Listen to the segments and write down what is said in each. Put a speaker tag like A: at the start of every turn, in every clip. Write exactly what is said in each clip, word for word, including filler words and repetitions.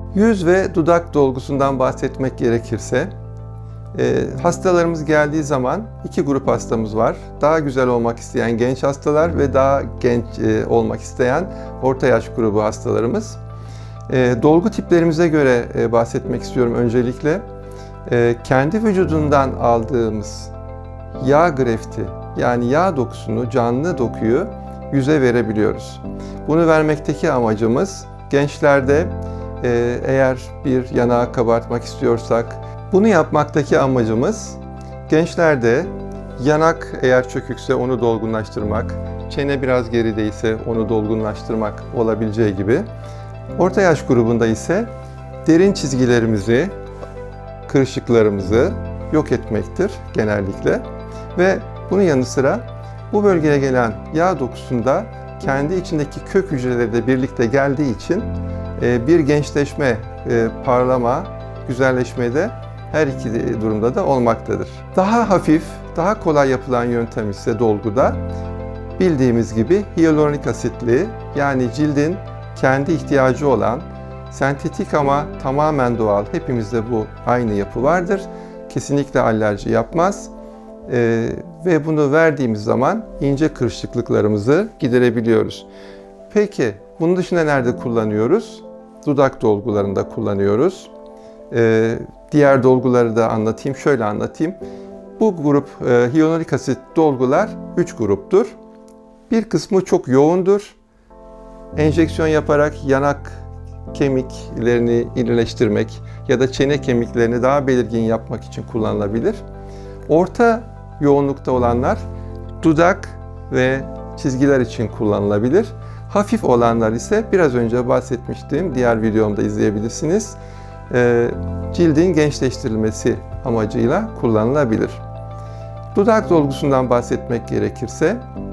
A: Yüz ve dudak dolgusundan bahsetmek gerekirse, e, hastalarımız geldiği zaman iki grup hastamız var. Daha güzel olmak isteyen genç hastalar ve daha genç e, olmak isteyen orta yaş grubu hastalarımız. E, dolgu tiplerimize göre e, bahsetmek istiyorum öncelikle. E, kendi vücudundan aldığımız yağ grefti, yani yağ dokusunu, canlı dokuyu yüze verebiliyoruz. Bunu vermekteki amacımız gençlerde e, eğer bir yanağı kabartmak istiyorsak, bunu yapmaktaki amacımız gençlerde yanak eğer çökükse onu dolgunlaştırmak, çene biraz gerideyse onu dolgunlaştırmak olabileceği gibi, orta yaş grubunda ise derin çizgilerimizi, kırışıklarımızı yok etmektir genellikle. Ve bunun yanı sıra bu bölgeye gelen yağ dokusunda kendi içindeki kök hücreleri de birlikte geldiği için bir gençleşme, parlama, güzelleşme de her iki durumda da olmaktadır. Daha hafif, daha kolay yapılan yöntem ise dolguda bildiğimiz gibi hyaluronik asitli, yani cildin kendi ihtiyacı olan sentetik ama tamamen doğal, hepimizde bu aynı yapı vardır. Kesinlikle alerji yapmaz. Ee, ve bunu verdiğimiz zaman ince kırışıklıklarımızı giderebiliyoruz. Peki bunun dışında nerede kullanıyoruz? Dudak dolgularında kullanıyoruz. Ee, diğer dolguları da anlatayım, şöyle anlatayım. Bu grup e, hyaluronik asit dolgular üç gruptur. Bir kısmı çok yoğundur. Enjeksiyon yaparak yanak kemiklerini irileştirmek ya da çene kemiklerini daha belirgin yapmak için kullanılabilir. Orta yoğunlukta olanlar dudak ve çizgiler için kullanılabilir. Hafif olanlar ise biraz önce bahsetmiştim, diğer videomda izleyebilirsiniz. E, cildin gençleştirilmesi amacıyla kullanılabilir. Dudak dolgusundan bahsetmek gerekirse,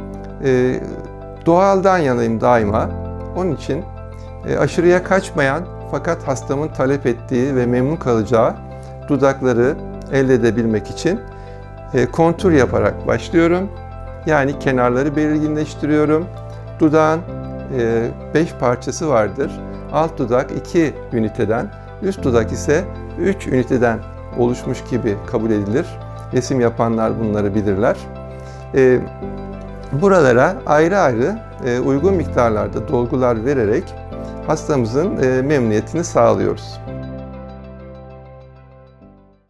A: e, doğaldan yanayım daima. Onun için e, aşırıya kaçmayan fakat hastamın talep ettiği ve memnun kalacağı dudakları elde edebilmek için e, kontur yaparak başlıyorum. Yani kenarları belirginleştiriyorum. Dudağın e, beş parçası vardır. Alt dudak iki üniteden, üst dudak ise üç üniteden oluşmuş gibi kabul edilir. Resim yapanlar bunları bilirler. E, buralara ayrı ayrı e, uygun miktarlarda dolgular vererek hastamızın e, memnuniyetini sağlıyoruz.